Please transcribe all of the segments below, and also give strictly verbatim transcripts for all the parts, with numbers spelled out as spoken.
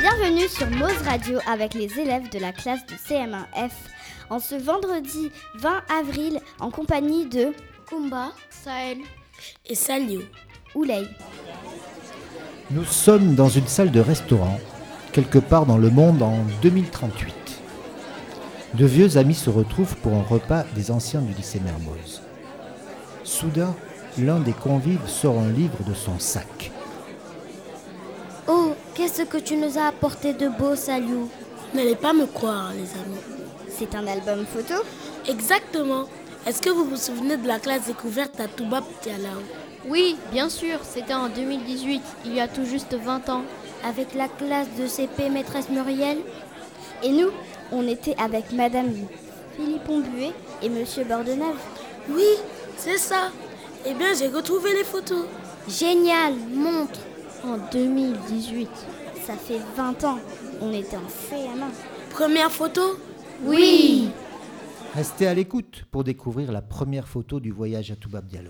Bienvenue sur Mose Radio avec les élèves de la classe de C M un F en ce vendredi vingt avril en compagnie de Kumba, Sahel et Salio. Ouley. Nous sommes dans une salle de restaurant, quelque part dans le monde en deux mille trente-huit. De vieux amis se retrouvent pour un repas des anciens du lycée Mermoz. Soudain, l'un des convives sort un livre de son sac. Oh, qu'est-ce que tu nous as apporté de beau, Salio? N'allez pas me croire, les amis. C'est un album photo? Exactement. Est-ce que vous vous souvenez de la classe découverte à Toubab Dialao? Oui, bien sûr, c'était en deux mille dix-huit, il y a tout juste vingt ans. Avec la classe de C P maîtresse Muriel. Et nous, on était avec Madame Philippon Buet et Monsieur Bordenave. Oui, c'est ça. Eh bien, j'ai retrouvé les photos. Génial, montre. En deux mille dix-huit, ça fait vingt ans, on était en C M un. Première photo? Oui. Restez à l'écoute pour découvrir la première photo du voyage à Toubab Diallo.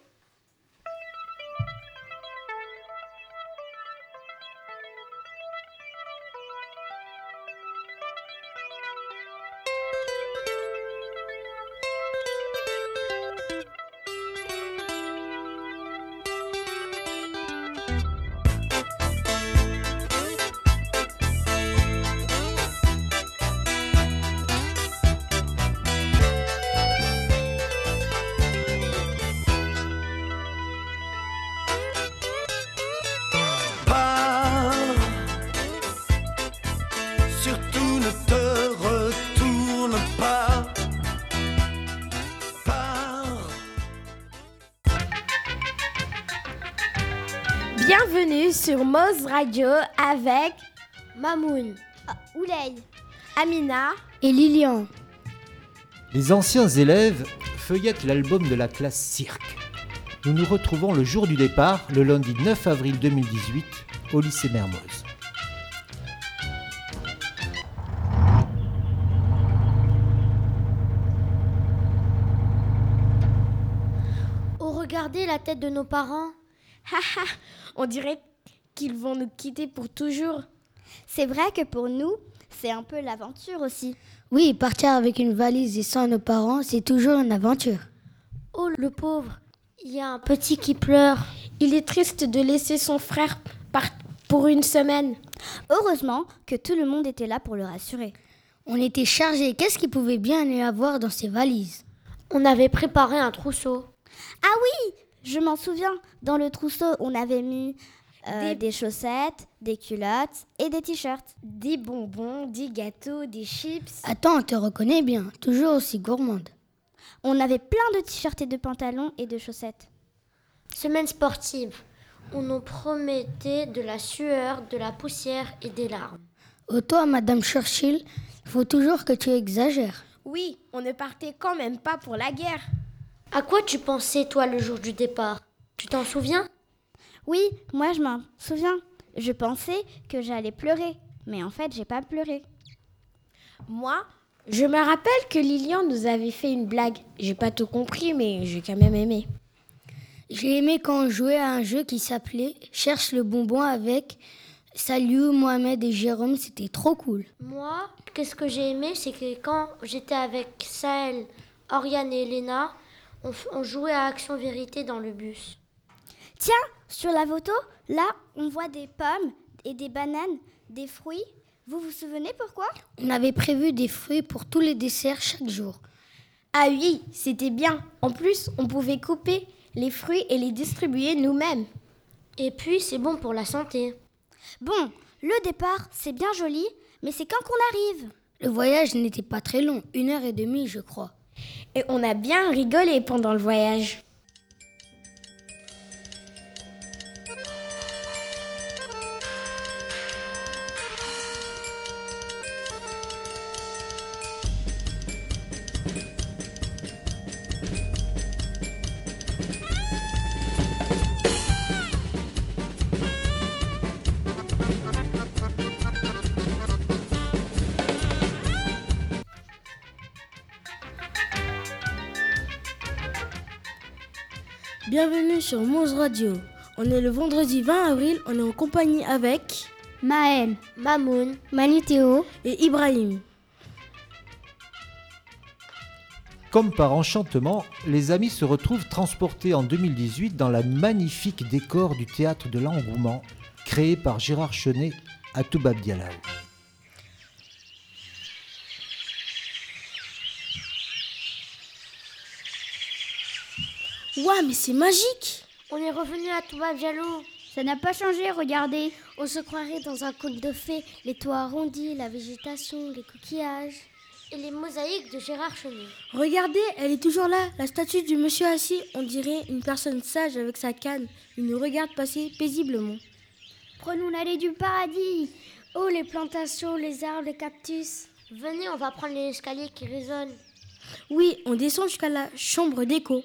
Bienvenue sur Mose Radio avec Mamoun, ah, Ouley, Amina et Lilian. Les anciens élèves feuillettent l'album de la classe cirque. Nous nous retrouvons le jour du départ, le lundi neuf avril deux mille dix-huit, au lycée Mermoz. Oh, regardez la tête de nos parents. Haha, on dirait qu'ils vont nous quitter pour toujours. C'est vrai que pour nous, c'est un peu l'aventure aussi. Oui, partir avec une valise et sans nos parents, c'est toujours une aventure. Oh, le pauvre, il y a un petit qui pleure. Il est triste de laisser son frère par- pour une semaine. Heureusement que tout le monde était là pour le rassurer. On était chargés, qu'est-ce qu'il pouvait bien y avoir dans ces valises? On avait préparé un trousseau. Ah oui, je m'en souviens. Dans le trousseau, on avait mis euh, Des- des chaussettes, des culottes et des t-shirts. Des bonbons, des gâteaux, des chips. Attends, on te reconnaît bien, toujours aussi gourmande. On avait plein de t-shirts et de pantalons et de chaussettes. Semaine sportive. On nous promettait de la sueur, de la poussière et des larmes. Oh toi, Madame Churchill, il faut toujours que tu exagères. Oui, on ne partait quand même pas pour la guerre. À quoi tu pensais, toi, le jour du départ? Tu t'en souviens? Oui, moi je m'en souviens. Je pensais que j'allais pleurer, mais en fait, j'ai pas pleuré. Moi, je me rappelle que Lilian nous avait fait une blague. J'ai pas tout compris, mais j'ai quand même aimé. J'ai aimé quand on jouait à un jeu qui s'appelait « Cherche le bonbon » avec Saliou, Mohamed et Jérôme, c'était trop cool. Moi, qu'est-ce que j'ai aimé, c'est que quand j'étais avec Sahel, Oriane et Elena, on, f- on jouait à Action Vérité dans le bus. Tiens, sur la photo, là, on voit des pommes et des bananes, des fruits. Vous vous souvenez pourquoi? On avait prévu des fruits pour tous les desserts chaque jour. Ah oui, c'était bien. En plus, on pouvait couper les fruits et les distribuer nous-mêmes. Et puis, c'est bon pour la santé. Bon, le départ, c'est bien joli, mais c'est quand qu'on arrive? Le voyage n'était pas très long, une heure et demie je crois. Et on a bien rigolé pendant le voyage. Bienvenue sur Mose Radio. On est le vendredi vingt avril, on est en compagnie avec... Maël, Mamoun, Manithéo et Ibrahim. Comme par enchantement, les amis se retrouvent transportés en deux mille dix-huit dans la magnifique décor du théâtre de l'Engouement, créé par Gérard Chenet à Toubab Dialal. Ouah, mais c'est magique! on est revenu à Toubab Diallo. ça n'a pas changé, regardez. On se croirait dans un conte de fées, les toits arrondis, la végétation, les coquillages. Et les mosaïques de Gérard Chenet. Regardez, elle est toujours là, la statue du monsieur assis. On dirait une personne sage avec sa canne. Il nous regarde passer paisiblement. Prenons l'allée du paradis. Oh, les plantations, les arbres, les cactus. Venez, on va prendre les escaliers qui résonnent. Oui, on descend jusqu'à la chambre d'écho.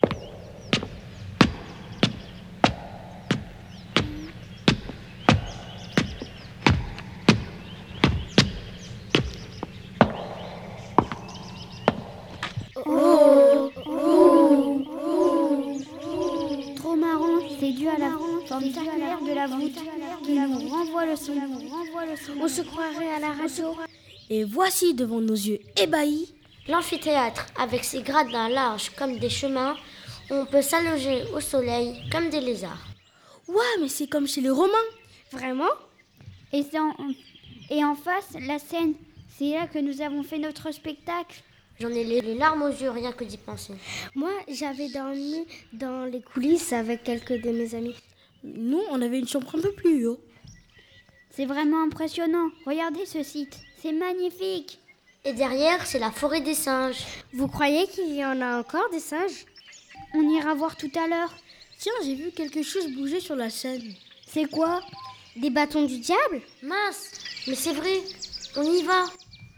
Trop marrant, c'est dû à la forme circulaire de la voûte qui nous renvoie le son. On se croirait à la radio. Et voici devant nos yeux ébahis L'amphithéâtre, avec ses gradins larges comme des chemins, où on peut s'allonger au soleil comme des lézards. Ouah, mais c'est comme chez les Romains. Vraiment? Et, c'est en, et en face, la scène. C'est là que nous avons fait notre spectacle. J'en ai les, les larmes aux yeux, rien que d'y penser. Moi, j'avais dormi dans les coulisses avec quelques de mes amis. Nous, on avait une chambre un peu plus haut. C'est vraiment impressionnant. Regardez ce site. C'est magnifique. Et derrière, c'est la forêt des singes. Vous croyez qu'il y en a encore des singes? On ira voir tout à l'heure. Tiens, j'ai vu quelque chose bouger sur la scène. C'est quoi? Des bâtons du diable? Mince, mais c'est vrai, on y va.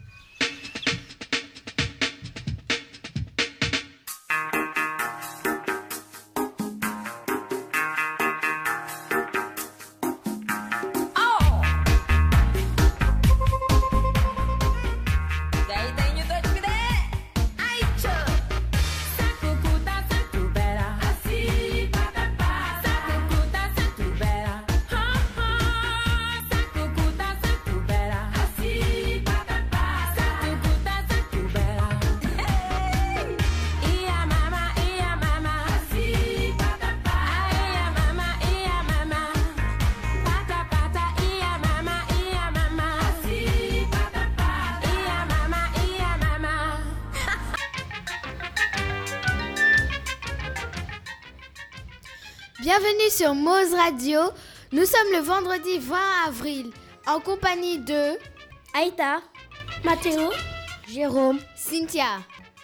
Bienvenue sur Mose Radio. Nous sommes le vendredi vingt avril en compagnie de Aïta, Mathéo, Jérôme, Cynthia.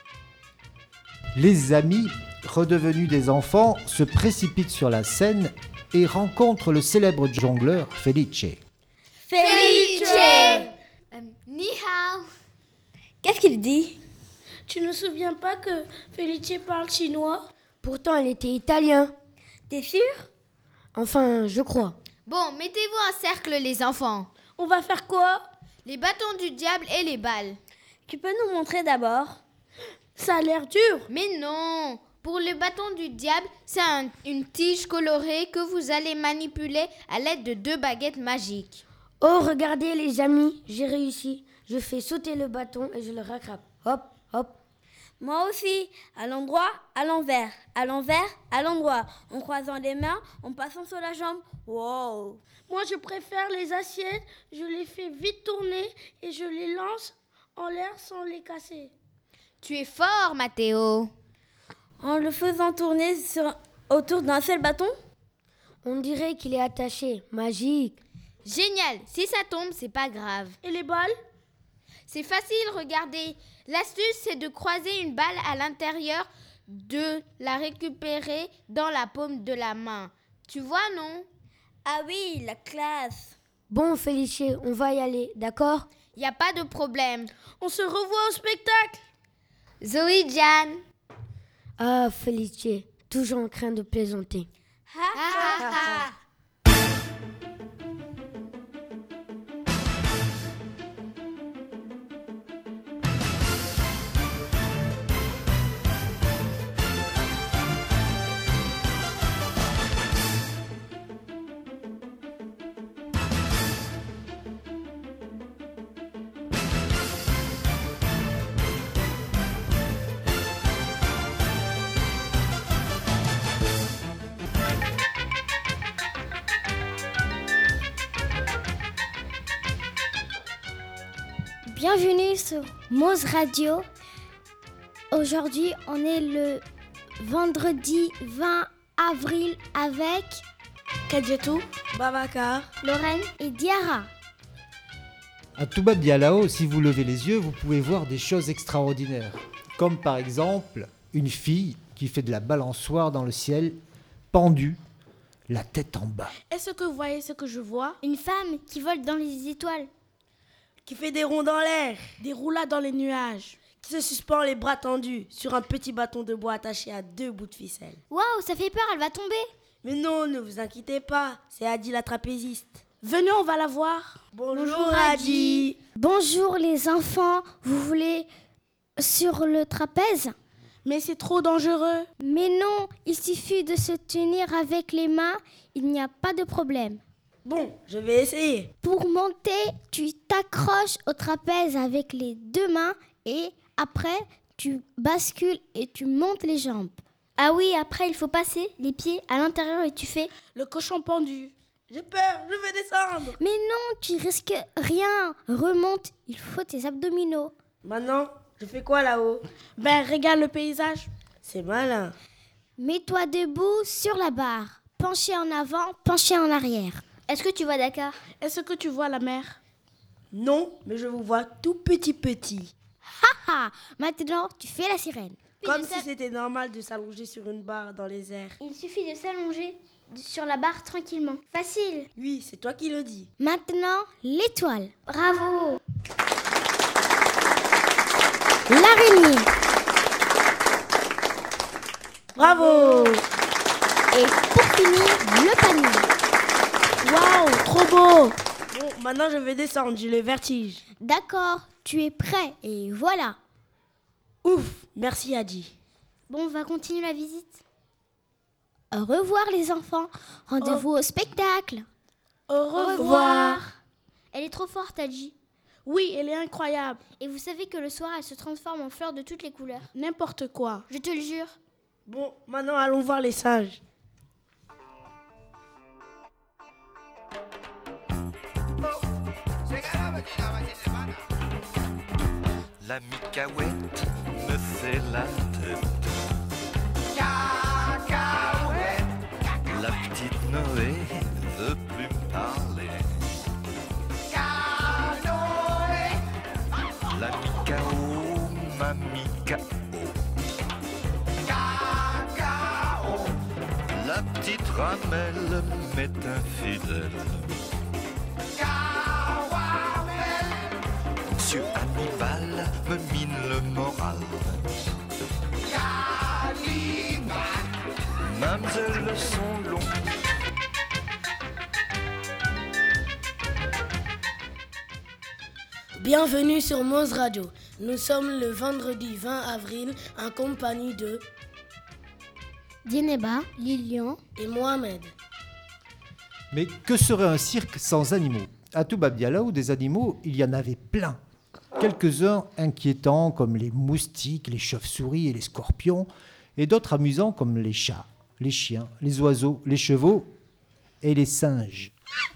Les amis, redevenus des enfants, se précipitent sur la scène et rencontrent le célèbre jongleur Felice. Felice euh, Ni hao. Qu'est-ce qu'il dit? Tu ne te souviens pas que Felice parle chinois? Pourtant, il était italien. T'es sûr? Enfin, je crois. Bon, mettez-vous en cercle les enfants. On va faire quoi? Les bâtons du diable et les balles. Tu peux nous montrer d'abord? Ça a l'air dur. Mais non. Pour le bâton du diable, c'est un- une tige colorée que vous allez manipuler à l'aide de deux baguettes magiques. Oh, regardez les amis, j'ai réussi. Je fais sauter le bâton et je le rattrape. Hop, hop. Moi aussi, à l'endroit, à l'envers, à l'envers, à l'endroit, en croisant les mains, en passant sur la jambe. Wow! Moi, je préfère les assiettes. Je les fais vite tourner et je les lance en l'air sans les casser. Tu es fort, Mathéo. En le faisant tourner sur, autour d'un seul bâton? On dirait qu'il est attaché. Magique. Génial. Si ça tombe, c'est pas grave. Et les balles? C'est facile, regardez. L'astuce, c'est de croiser une balle à l'intérieur, de la récupérer dans la paume de la main. Tu vois, non? Ah oui, la classe! Bon, Felice, on va y aller, d'accord? Y a pas de problème. On se revoit au spectacle. Zoé, Jan. Ah, Felice, toujours en train de plaisanter. Bienvenue sur Moz Radio. Aujourd'hui, on est le vendredi vingt avril avec Kadjetou, Babacar, Lorraine et Diara. À Toubab Dialao, si vous levez les yeux, vous pouvez voir des choses extraordinaires. Comme par exemple, une fille qui fait de la balançoire dans le ciel, pendue, la tête en bas. Est-ce que vous voyez ce que je vois? Une femme qui vole dans les étoiles. Qui fait des ronds dans l'air, des roulades dans les nuages, qui se suspend les bras tendus sur un petit bâton de bois attaché à deux bouts de ficelle. Waouh, ça fait peur, elle va tomber. Mais non, ne vous inquiétez pas, c'est Adi la trapéziste. Venez, on va la voir. Bonjour, Bonjour, Adi. Bonjour les enfants, vous voulez sur le trapèze? Mais c'est trop dangereux. Mais non, il suffit de se tenir avec les mains, il n'y a pas de problème. Bon, je vais essayer. Pour monter, tu t'accroches au trapèze avec les deux mains et après, tu bascules et tu montes les jambes. Ah oui, après, il faut passer les pieds à l'intérieur et tu fais... Le cochon pendu. J'ai peur, je vais descendre. Mais non, tu risques rien. Remonte, il faut tes abdominaux. Maintenant, je fais quoi là-haut? Ben, regarde le paysage. C'est malin. Mets-toi debout sur la barre. Penché en avant, penché en arrière. Est-ce que tu vois Dakar? Est-ce que tu vois la mer? Non, mais je vous vois tout petit petit. Ha ha! Maintenant, tu fais la sirène. Comme si c'était normal de s'allonger sur une barre dans les airs. Il suffit de s'allonger sur la barre tranquillement. Facile. Oui, c'est toi qui le dis. Maintenant, l'étoile. Bravo. L'araignée. Bravo. Et pour finir, le panier. Waouh, trop beau. Bon, maintenant je vais descendre, j'ai le vertige. D'accord, tu es prêt et voilà. Ouf, merci Adi. Bon, on va continuer la visite. Au revoir les enfants. Rendez-vous au spectacle. Au revoir. Elle est trop forte, Adji. Oui, elle est incroyable. Et vous savez que le soir, elle se transforme en fleurs de toutes les couleurs. N'importe quoi. Je te le jure. Bon, maintenant allons voir les singes. La micaouette me fait la tête. Cacaouette. La petite Noé ne veut plus me parler. Canoë. La micao, ma micao. Cacao. La petite ramelle m'est infidèle. Monsieur Hannibal me mine le moral. Cannibal. Mademoiselle sont longs. Bienvenue sur Moz Radio. Nous sommes le vendredi vingt avril en compagnie de Dieneba, Lilian et Mohamed. Mais que serait un cirque sans animaux? À Toubab Dialao, des animaux, il y en avait plein. Quelques-uns inquiétants comme les moustiques, les chauves-souris et les scorpions, et d'autres amusants comme les chats, les chiens, les oiseaux, les chevaux et les singes.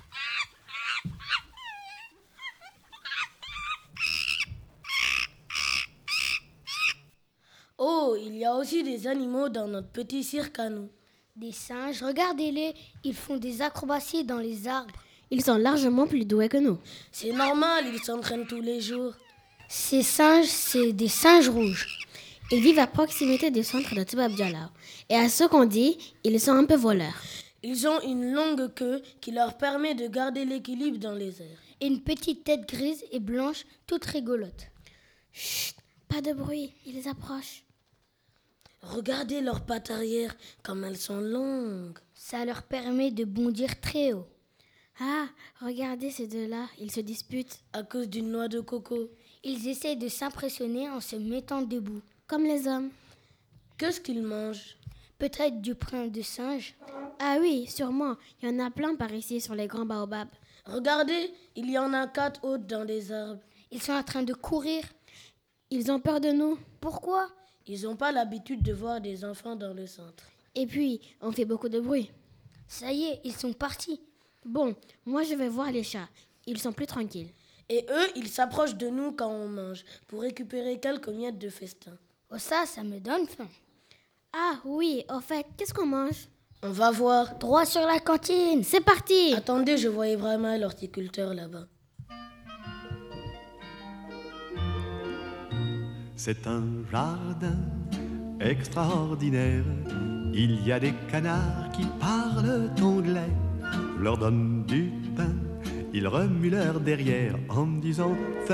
Oh, il y a aussi des animaux dans notre petit cirque à nous. Des singes, regardez-les, ils font des acrobaties dans les arbres. Ils sont largement plus doués que nous. C'est normal, ils s'entraînent tous les jours. Ces singes, c'est des singes rouges. Ils vivent à proximité du centre de Toubab Dialao. Et à ce qu'on dit, ils sont un peu voleurs. Ils ont une longue queue qui leur permet de garder l'équilibre dans les airs. Et une petite tête grise et blanche, toute rigolote. Chut, pas de bruit, ils approchent. Regardez leurs pattes arrière, comme elles sont longues. Ça leur permet de bondir très haut. Ah, regardez ces deux-là, ils se disputent. À cause d'une noix de coco. Ils essaient de s'impressionner en se mettant debout. Comme les hommes. Qu'est-ce qu'ils mangent? Peut-être du pain de singe. Ah oui, sûrement. Il y en a plein par ici sur les grands baobabs. Regardez, il y en a quatre autres dans les arbres. Ils sont en train de courir. Ils ont peur de nous. Pourquoi? Ils n'ont pas l'habitude de voir des enfants dans le centre. Et puis, on fait beaucoup de bruit. Ça y est, ils sont partis. Bon, moi je vais voir les chats. Ils sont plus tranquilles. Et eux, ils s'approchent de nous quand on mange pour récupérer quelques miettes de festin. Oh ça, ça me donne faim. Ah oui, au fait, qu'est-ce qu'on mange? On va voir. Droit sur la cantine. C'est parti. Attendez, je voyais vraiment l'horticulteur là-bas. C'est un jardin extraordinaire. Il y a des canards qui parlent anglais. Je leur donne du pain, ils remuent leur derrière en me disant